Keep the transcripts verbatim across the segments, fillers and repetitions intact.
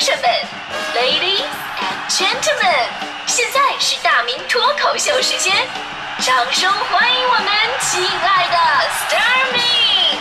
gentlemen, ladies and gentlemen， 现在是大明脱口秀时间，掌声欢迎我们亲爱的 Starmin。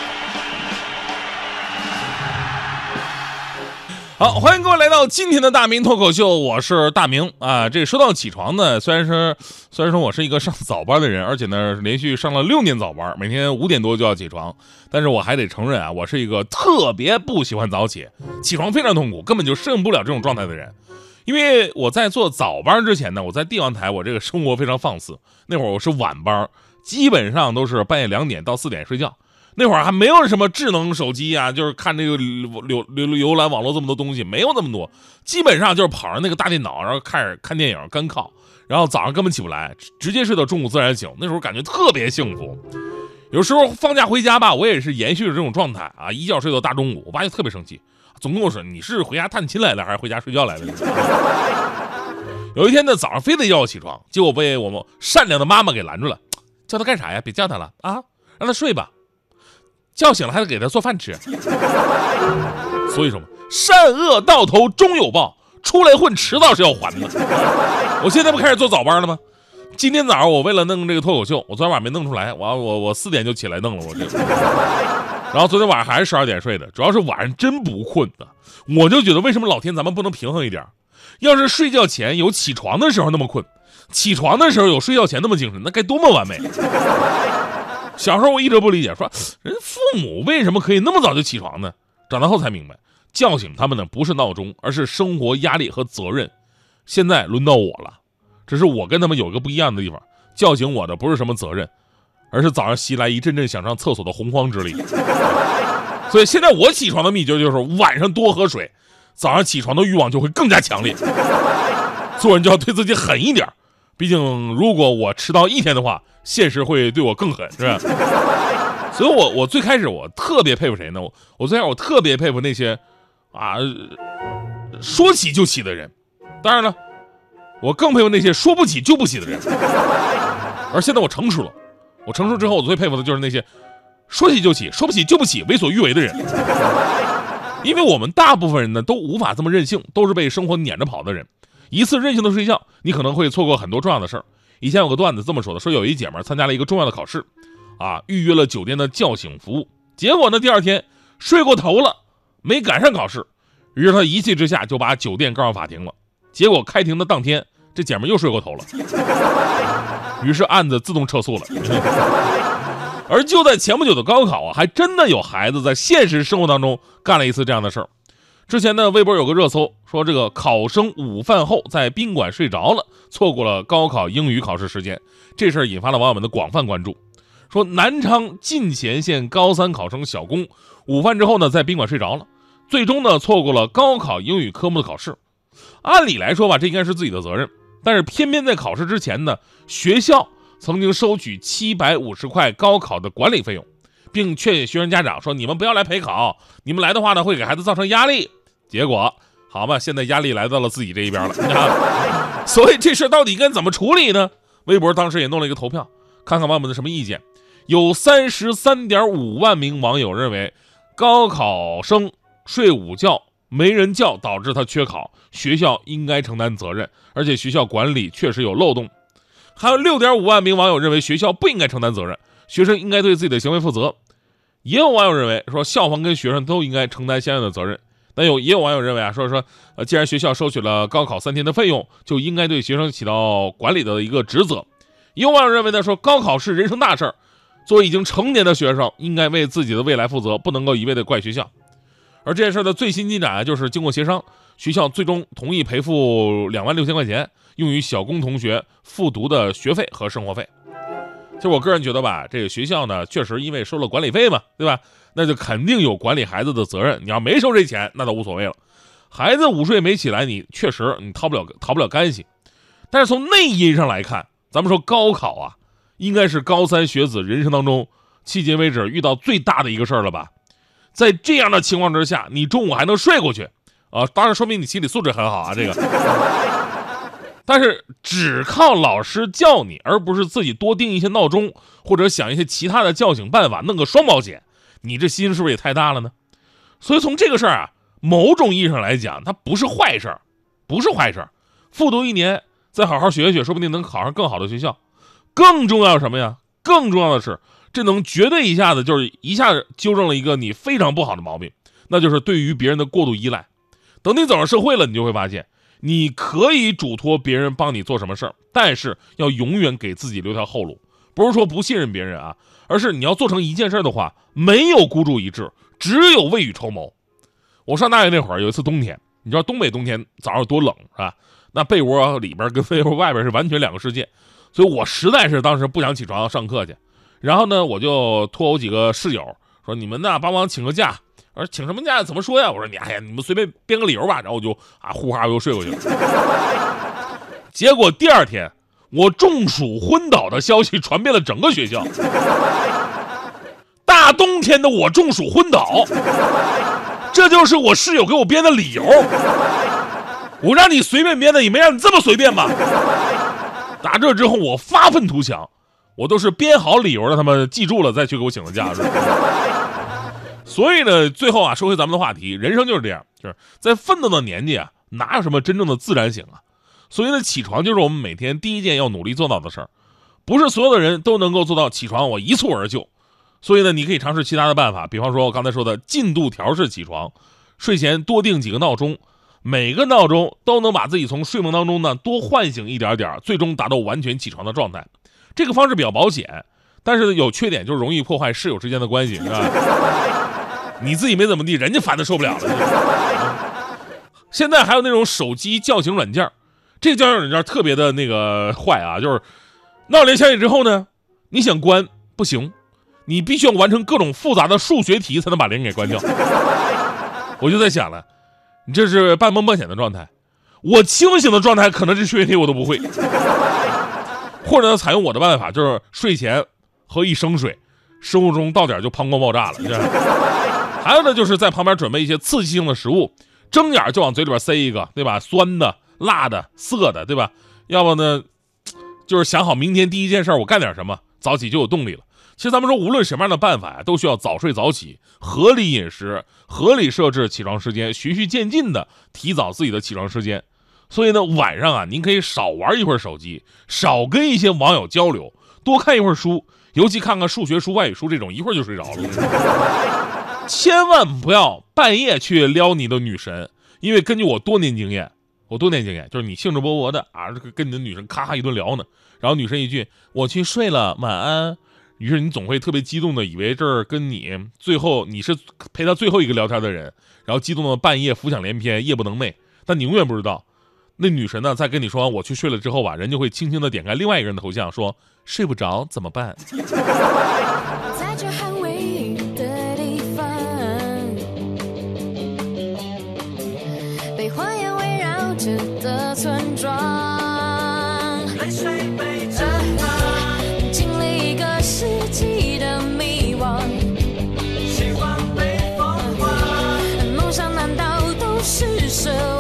好，欢迎各位来到今天的大明脱口秀，我是大明啊。这说到起床呢，虽然是虽然说我是一个上早班的人，而且呢连续上了六年早班，每天五点多就要起床，但是我还得承认啊，我是一个特别不喜欢早起，起床非常痛苦，根本就适应不了这种状态的人。因为我在做早班之前呢，我在地方台，我这个生活非常放肆。那会儿我是晚班，基本上都是半夜两点到四点睡觉。那会儿还没有什么智能手机啊，就是看这个浏浏浏览网络这么多东西，没有那么多，基本上就是跑上那个大电脑，然后开始看电影干靠，然后早上根本起不来，直接睡到中午自然醒。那时候感觉特别幸福。有时候放假回家吧，我也是延续着这种状态啊，一觉睡到大中午。我爸就特别生气，总跟我说你是回家探亲来的还是回家睡觉来的？有一天呢，早上非得叫我起床，结果被我们善良的妈妈给拦住了，叫他干啥呀？别叫他了啊，让他睡吧。叫醒了还得给他做饭吃。所以说嘛，善恶到头终有报，出来混迟早是要还的。我现在不开始做早班了吗？今天早上我为了弄这个脱口秀，我昨天晚上没弄出来，我我我四点就起来弄了我这个。然后昨天晚上还是十二点睡的，主要是晚上真不困的。我就觉得为什么老天咱们不能平衡一点？要是睡觉前有起床的时候那么困，起床的时候有睡觉前那么精神，那该多么完美。小时候我一直不理解，说人父母为什么可以那么早就起床呢？长大后才明白，叫醒他们呢不是闹钟，而是生活压力和责任。现在轮到我了，只是我跟他们有个不一样的地方，叫醒我的不是什么责任，而是早上袭来一阵阵想上厕所的洪荒之力。所以现在我起床的秘诀就是晚上多喝水，早上起床的欲望就会更加强烈。做人就要对自己狠一点，毕竟如果我迟到一天的话，现实会对我更狠，是吧？所以我我最开始我特别佩服谁呢？我我最开始我特别佩服那些啊说起就起的人，当然了，我更佩服那些说不起就不起的人。而现在我成熟了，我成熟之后，我最佩服的就是那些说起就起、说不起就不起、为所欲为的人。因为我们大部分人呢都无法这么任性，都是被生活撵着跑的人。一次任性的睡觉，你可能会错过很多重要的事儿。以前有个段子这么说的，说有一姐们参加了一个重要的考试，啊，预约了酒店的叫醒服务，结果呢第二天睡过头了，没赶上考试，于是她一气之下就把酒店告上法庭了。结果开庭的当天，这姐们又睡过头了，于是案子自动撤诉了。而就在前不久的高考啊，还真的有孩子在现实生活当中干了一次这样的事儿。之前呢，微博有个热搜说，这个考生午饭后在宾馆睡着了，错过了高考英语考试时间。这事儿引发了网友们的广泛关注。说南昌进贤县高三考生小龚午饭之后呢，在宾馆睡着了，最终呢错过了高考英语科目的考试。按理来说吧，这应该是自己的责任，但是偏偏在考试之前呢，学校曾经收取七百五十块高考的管理费用，并劝学生家长说，你们不要来陪考，你们来的话呢会给孩子造成压力。结果好吧，现在压力来到了自己这一边了。所以这事到底该怎么处理呢？微博当时也弄了一个投票，看看网友们的什么意见。有 三十三点五万名网友认为高考生睡午觉没人叫导致他缺考，学校应该承担责任，而且学校管理确实有漏洞。还有 六点五万名网友认为学校不应该承担责任，学生应该对自己的行为负责。也有网友认为说校方跟学生都应该承担相应的责任。但有也有网友认为啊，说说呃，既然学校收取了高考三天的费用，就应该对学生起到管理的一个职责。也有网友认为呢，说高考是人生大事儿，作为已经成年的学生，应该为自己的未来负责，不能够一味的怪学校。而这件事的最新进展啊，就是经过协商，学校最终同意赔付两万六千块钱，用于小龚同学复读的学费和生活费。其实我个人觉得吧，这个学校呢，确实因为收了管理费嘛，对吧？那就肯定有管理孩子的责任。你要没收这钱，那倒无所谓了。孩子午睡没起来，你确实你逃不了逃不了干系。但是从内因上来看，咱们说高考啊，应该是高三学子人生当中迄今为止遇到最大的一个事儿了吧？在这样的情况之下，你中午还能睡过去啊，当然说明你心理素质很好啊，这个。但是只靠老师叫你，而不是自己多定一些闹钟，或者想一些其他的叫醒办法，弄个双保险，你这心是不是也太大了呢？所以从这个事儿啊， 某种意义上来讲，它不是坏事儿，不是坏事儿。复读一年，再好好学一学，说不定能考上更好的学校。更重要是什么呀？更重要的是，这能绝对一下子就是一下子纠正了一个你非常不好的毛病，那就是对于别人的过度依赖。等你走上社会了，你就会发现，你可以嘱托别人帮你做什么事儿，但是要永远给自己留条后路。不是说不信任别人啊，而是你要做成一件事的话，没有孤注一掷，只有未雨绸缪。我上大学那会儿，有一次冬天，你知道东北冬天早上有多冷是吧？那被窝里边跟被窝外边是完全两个世界，所以我实在是当时不想起床上课去。然后呢，我就托我几个室友说：“你们呢，帮忙请个假。”我说：“请什么假？怎么说呀？”我说：“你哎呀，你们随便编个理由吧。”然后我就啊呼哈又睡过去了。结果第二天，我中暑昏倒的消息传遍了整个学校。大冬天的我中暑昏倒，这就是我室友给我编的理由。我让你随便编的，也没让你这么随便吧。打这之后，我发愤图强，我都是编好理由让他们记住了再去给我请的假。所以呢，最后啊，说回咱们的话题，人生就是这样，就是在奋斗的年纪啊，哪有什么真正的自然醒啊？所以呢，起床就是我们每天第一件要努力做到的事儿。不是所有的人都能够做到起床我一蹴而就，所以呢，你可以尝试其他的办法，比方说我刚才说的进度条式起床，睡前多定几个闹钟，每个闹钟都能把自己从睡梦当中呢多唤醒一点点，最终达到完全起床的状态。这个方式比较保险，但是有缺点就是容易破坏室友之间的关系，是吧？你自己没怎么地，人家烦得受不了了。现在还有那种手机叫醒软件，这个叫醒软件特别的那个坏啊，就是闹铃响起之后呢，你想关不行，你必须要完成各种复杂的数学题才能把铃给关掉。我就在想了，你这是半梦半醒的状态，我清醒的状态可能这数学题我都不会。或者采用我的办法，就是睡前喝一升水，生物钟到点就膀胱爆炸了。还有呢，就是在旁边准备一些刺激性的食物，睁眼就往嘴里边塞一个，对吧？酸的、辣的、涩的，对吧？要不呢，就是想好明天第一件事我干点什么，早起就有动力了。其实咱们说，无论什么样的办法呀，都需要早睡早起，合理饮食，合理设置起床时间，循序渐进的提早自己的起床时间。所以呢，晚上啊，您可以少玩一会儿手机，少跟一些网友交流，多看一会儿书，尤其看看数学书、外语书这种，一会儿就睡着了。千万不要半夜去撩你的女神，因为根据我多年经验，我多年经验就是你兴致勃勃的啊，跟你的女神咔咔一顿聊呢，然后女神一句我去睡了，晚安，于是你总会特别激动的以为这儿跟你最后你是陪她最后一个聊天的人，然后激动的半夜浮想联翩，夜不能寐。但你永远不知道，那女神呢在跟你说完我去睡了之后吧，人就会轻轻的点开另外一个人的头像，说睡不着怎么办？在这很唯一的地方，被花园围绕着的村庄，泪水被蒸发，经历一个世纪的迷惘，希望被风化，梦想难道都是奢望？